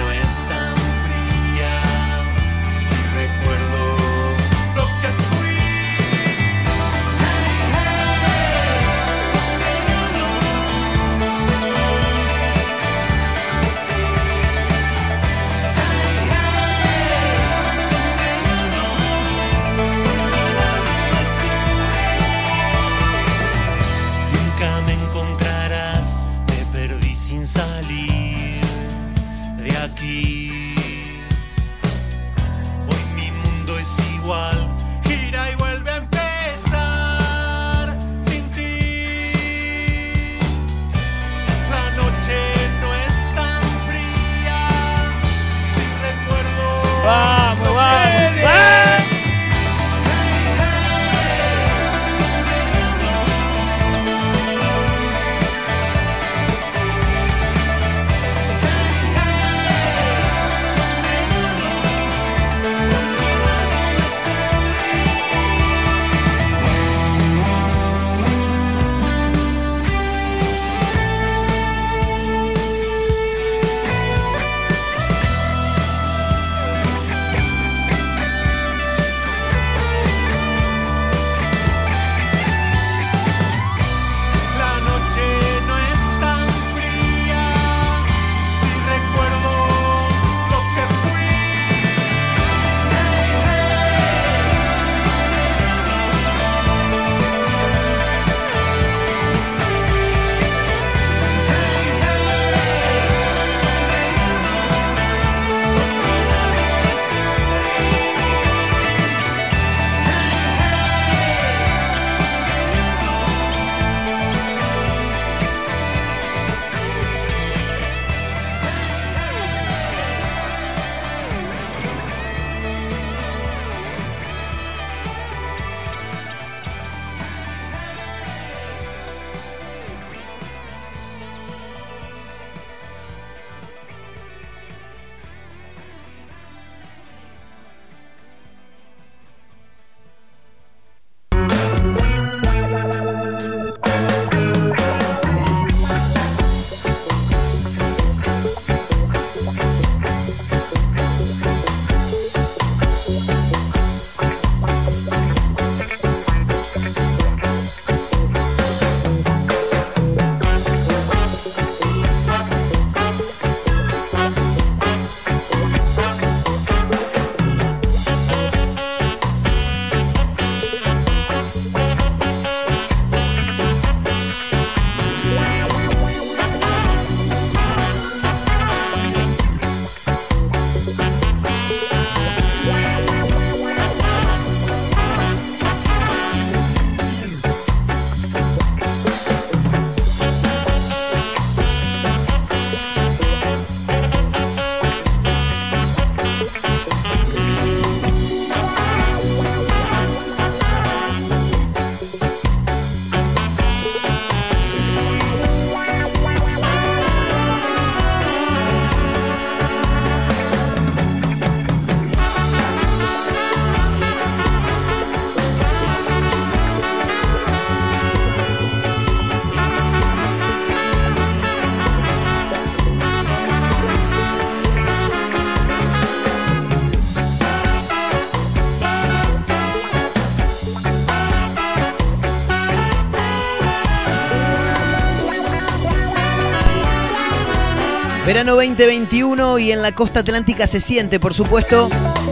Verano veinte veintiuno y en la costa atlántica se siente, por supuesto.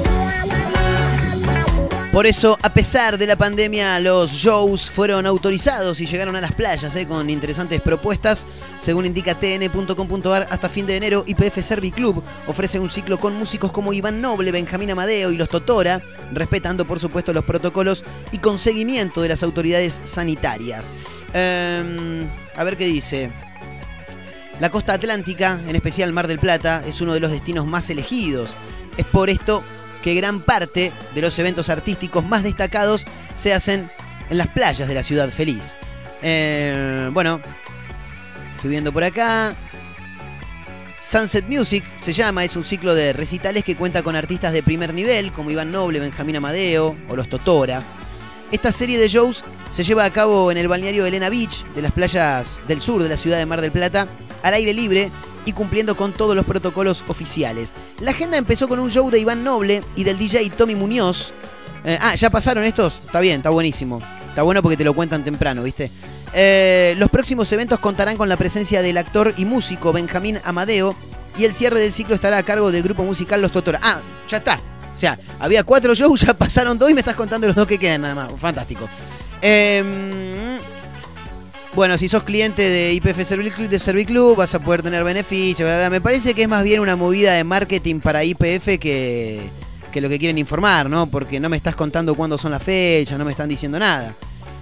Por eso, a pesar de la pandemia, los shows fueron autorizados y llegaron a las playas eh, con interesantes propuestas. Según indica T N punto com punto a r, hasta fin de enero, I P F Serviclub ofrece un ciclo con músicos como Iván Noble, Benjamín Amadeo y Los Totora, respetando, por supuesto, los protocolos y con seguimiento de las autoridades sanitarias. Eh, a ver qué dice. La costa atlántica, en especial Mar del Plata, es uno de los destinos más elegidos. Es por esto que gran parte de los eventos artísticos más destacados se hacen en las playas de la ciudad feliz. Eh, bueno, estoy viendo por acá. Sunset Music se llama, es un ciclo de recitales que cuenta con artistas de primer nivel como Iván Noble, Benjamín Amadeo o Los Totora. Esta serie de shows se lleva a cabo en el balneario Elena Beach de las playas del sur de la ciudad de Mar del Plata, al aire libre y cumpliendo con todos los protocolos oficiales. La agenda empezó con un show de Iván Noble y del D J Tommy Muñoz. Eh, ah, ¿ya pasaron estos? Está bien, está buenísimo. Está bueno porque te lo cuentan temprano, ¿viste? Eh, los próximos eventos contarán con la presencia del actor y músico Benjamín Amadeo y el cierre del ciclo estará a cargo del grupo musical Los Totora. Ah, ya está. O sea, había cuatro shows, ya pasaron dos y me estás contando los dos que quedan nada más. Fantástico. Eh... Bueno, si sos cliente de I P F Serviclub, de Serviclub, vas a poder tener beneficios. Bla, bla. Me parece que es más bien una movida de marketing para I P F que, que lo que quieren informar, ¿no? Porque no me estás contando cuándo son las fechas, no me están diciendo nada.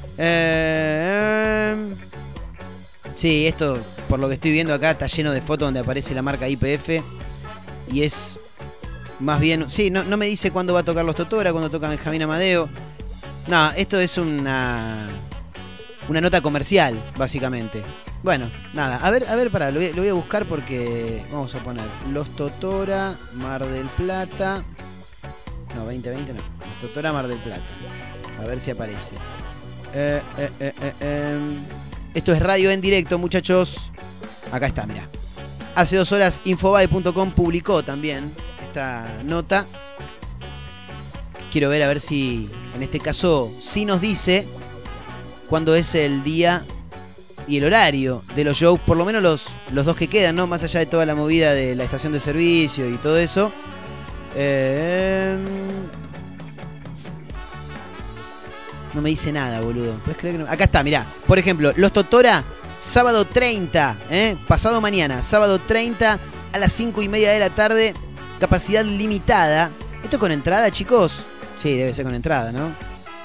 Eh, sí, esto, por lo que estoy viendo acá, está lleno de fotos donde aparece la marca I P F. Y es más bien... Sí, no, no me dice cuándo va a tocar Los Totora, cuándo toca Benjamín Amadeo. No, esto es una... Una nota comercial, básicamente. Bueno, nada, a ver, a ver, pará, lo voy, lo voy a buscar porque... Vamos a poner Los Totora, Mar del Plata... No, veinte veinte no. Los Totora, Mar del Plata. A ver si aparece. Eh, eh, eh, eh, eh. Esto es radio en directo, muchachos. Acá está, mirá. Hace dos horas Infobae punto com publicó también esta nota. Quiero ver a ver si, en este caso, sí nos dice... cuándo es el día y el horario de los shows, por lo menos los, los dos que quedan, ¿no? Más allá de toda la movida de la estación de servicio y todo eso. Eh... No me dice nada, boludo. ¿Puedes creer que no? Acá está, mirá. Por ejemplo, Los Totora, sábado treinta, ¿eh? Pasado mañana, sábado treinta a las cinco y media de la tarde, capacidad limitada. ¿Esto con entrada, chicos? Sí, debe ser con entrada, ¿no?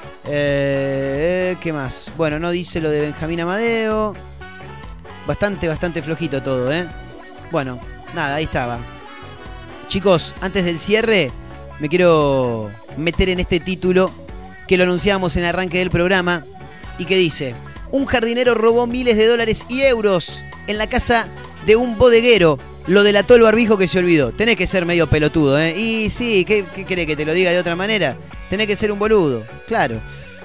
Eh, ¿Qué más? Bueno, no dice lo de Benjamín Amadeo. Bastante, bastante flojito todo, ¿eh? Bueno, nada, ahí estaba. Chicos, antes del cierre, me quiero meter en este título que lo anunciábamos en el arranque del programa y que dice: un jardinero robó miles de dólares y euros en la casa de un bodeguero. Lo delató el barbijo que se olvidó. Tenés que ser medio pelotudo, ¿eh? Y sí, ¿qué, qué querés que te lo diga de otra manera? Tenés que ser un boludo, claro.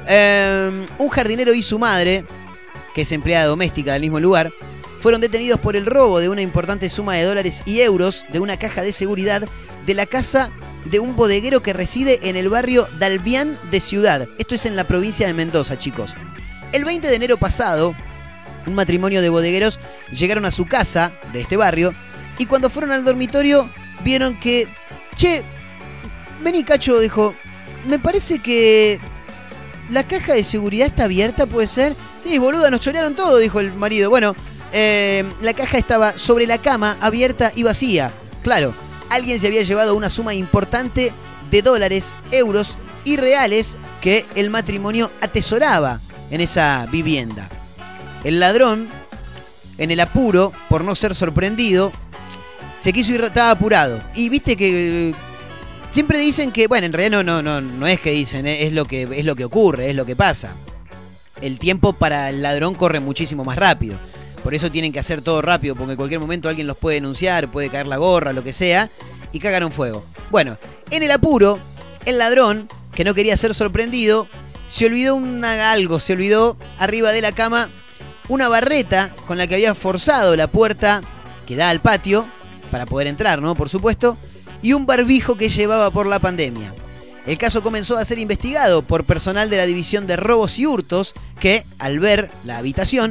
Eh, un jardinero y su madre, que es empleada doméstica del mismo lugar, fueron detenidos por el robo de una importante suma de dólares y euros de una caja de seguridad de la casa de un bodeguero que reside en el barrio Dalbián de Ciudad. Esto es en la provincia de Mendoza, chicos. El veinte de enero pasado, un matrimonio de bodegueros llegaron a su casa de este barrio y cuando fueron al dormitorio vieron que... Che, vení, Cacho, dijo... Me parece que la caja de seguridad está abierta, ¿puede ser? Sí, boluda, nos chorearon todo, dijo el marido. Bueno, eh, la caja estaba sobre la cama, abierta y vacía. Claro, alguien se había llevado una suma importante de dólares, euros y reales que el matrimonio atesoraba en esa vivienda. El ladrón, en el apuro, por no ser sorprendido, se quiso ir, estaba apurado. Y viste que... Siempre dicen que, bueno, en realidad no, no, no, no es que dicen, es lo que, es lo que ocurre, es lo que pasa. El tiempo para el ladrón corre muchísimo más rápido. Por eso tienen que hacer todo rápido, porque en cualquier momento alguien los puede denunciar, puede caer la gorra, lo que sea, y cagan un fuego. Bueno, en el apuro, el ladrón, que no quería ser sorprendido, se olvidó una, algo, se olvidó arriba de la cama una barreta con la que había forzado la puerta que da al patio, para poder entrar, ¿no? Por supuesto, y un barbijo que llevaba por la pandemia. El caso comenzó a ser investigado por personal de la División de Robos y Hurtos que, al ver la habitación,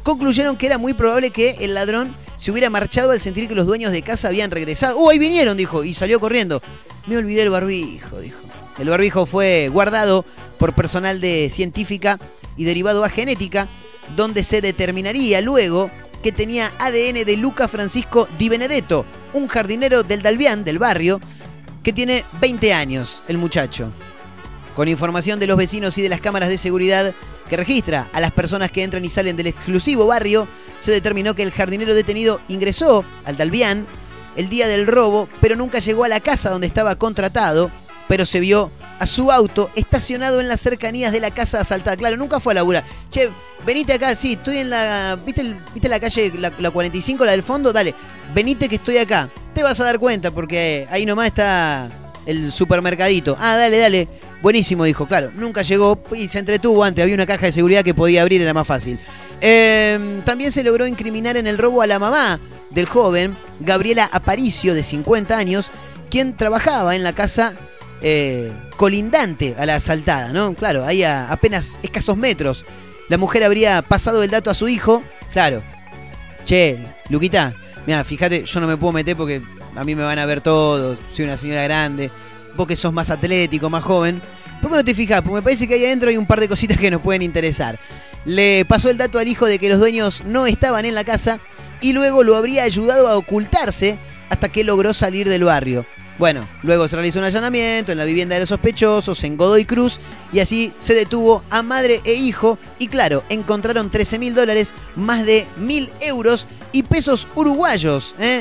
concluyeron que era muy probable que el ladrón se hubiera marchado al sentir que los dueños de casa habían regresado. ¡Uh, ahí vinieron!, dijo, y salió corriendo. Me olvidé el barbijo, dijo. El barbijo fue guardado por personal de científica y derivado a genética, donde se determinaría luego que tenía A D N de Luca Francisco Di Benedetto, un jardinero del Dalbián, del barrio, que tiene veinte años, el muchacho. Con información de los vecinos y de las cámaras de seguridad que registra a las personas que entran y salen del exclusivo barrio, se determinó que el jardinero detenido ingresó al Dalbián el día del robo, pero nunca llegó a la casa donde estaba contratado, pero se vio a su auto estacionado en las cercanías de la casa asaltada. Claro, nunca fue a laburar. Che, venite acá, sí, estoy en la... ¿Viste, el, ¿viste la calle, la, la cuarenta y cinco, la del fondo? Dale, venite que estoy acá. Te vas a dar cuenta porque ahí nomás está el supermercadito. Ah, dale, dale. Buenísimo, dijo. Claro, nunca llegó y se entretuvo antes. Había una caja de seguridad que podía abrir, era más fácil. Eh, también se logró incriminar en el robo a la mamá del joven, Gabriela Aparicio, de cincuenta años, quien trabajaba en la casa eh, colindante a la asaltada, ¿no? Claro, ahí a apenas escasos metros. La mujer habría pasado el dato a su hijo. Claro. Che, Luquita, mira, fíjate, yo no me puedo meter porque a mí me van a ver todos. Soy una señora grande. Vos que sos más atlético, más joven. ¿Por qué no te fijas? Porque me parece que ahí adentro hay un par de cositas que nos pueden interesar. Le pasó el dato al hijo de que los dueños no estaban en la casa y luego lo habría ayudado a ocultarse hasta que logró salir del barrio. Bueno, luego se realizó un allanamiento en la vivienda de los sospechosos en Godoy Cruz y así se detuvo a madre e hijo y claro, encontraron trece mil dólares, más de mil euros y pesos uruguayos, ¿eh?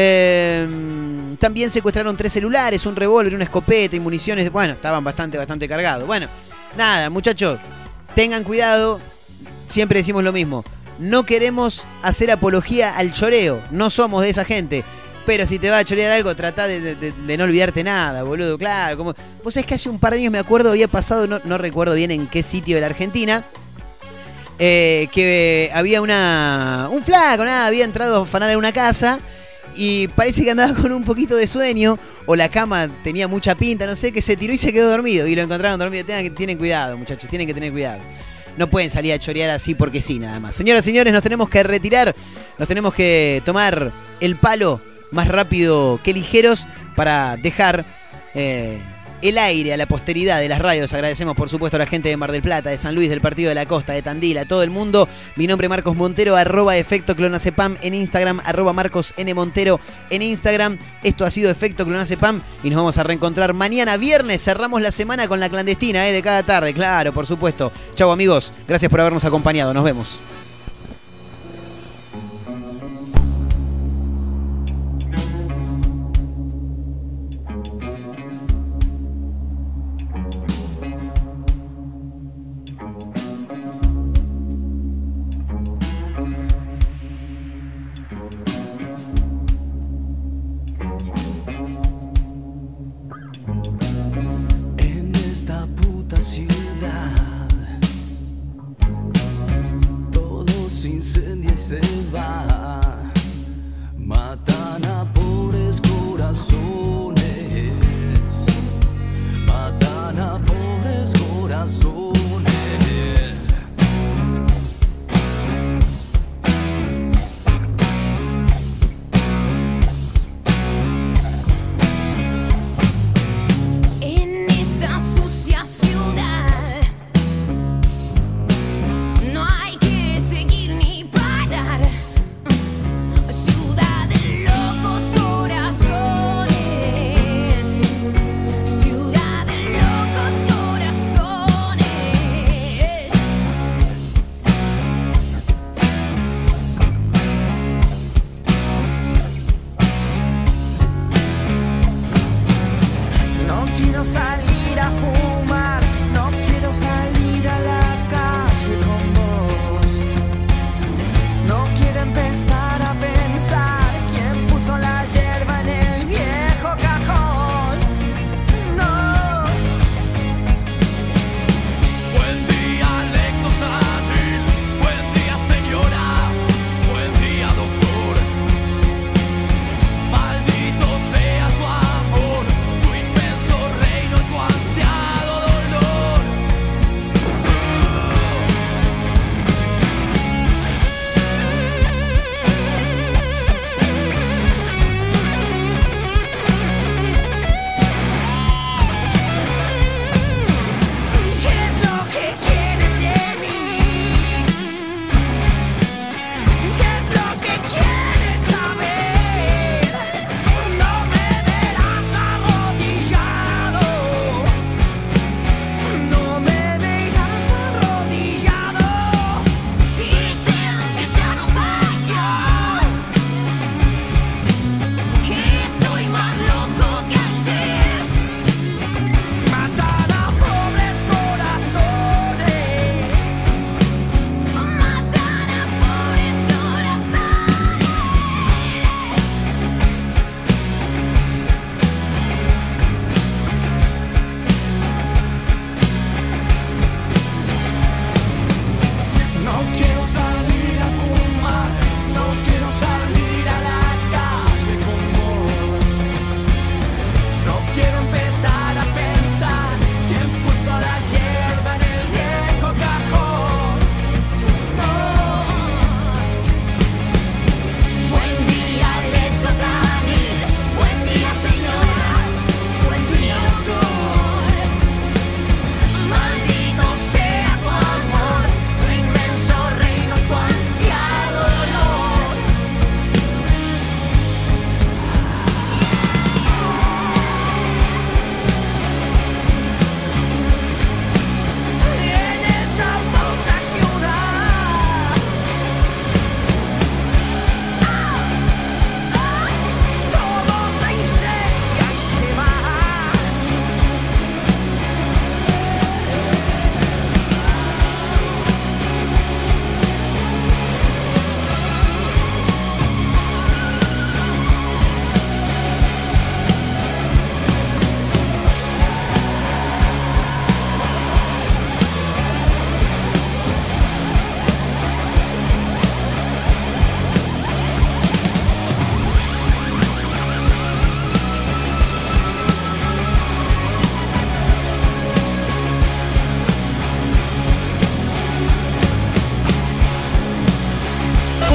Eh, también secuestraron tres celulares, un revólver, una escopeta y municiones. Bueno, estaban bastante, bastante cargados. Bueno, nada, muchachos, tengan cuidado. Siempre decimos lo mismo. No queremos hacer apología al choreo. No somos de esa gente. Pero si te va a chorear algo, trata de, de, de no olvidarte nada, boludo. Claro, como... Vos sabés que hace un par de años me acuerdo, había pasado, no, no recuerdo bien en qué sitio de la Argentina, eh, que había una un flaco, nada, había entrado a afanar en una casa y parece que andaba con un poquito de sueño o la cama tenía mucha pinta, no sé, que se tiró y se quedó dormido y lo encontraron dormido. Tienen, tienen cuidado, muchachos, tienen que tener cuidado. No pueden salir a chorear así porque sí, nada más. Señoras y señores, nos tenemos que retirar, nos tenemos que tomar el palo más rápido que ligeros para dejar eh, el aire a la posteridad de las radios. Agradecemos por supuesto a la gente de Mar del Plata, de San Luis, del Partido de la Costa, de Tandil, a todo el mundo. Mi nombre es Marcos Montero, arroba Efecto Clonazepam en Instagram, arroba Marcos N. Montero en Instagram. Esto ha sido Efecto Clonazepam y nos vamos a reencontrar mañana viernes. Cerramos la semana con la clandestina eh, de cada tarde, claro, por supuesto. Chau amigos, gracias por habernos acompañado, nos vemos. Todo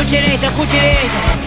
Escuchen esto, escuchen esto.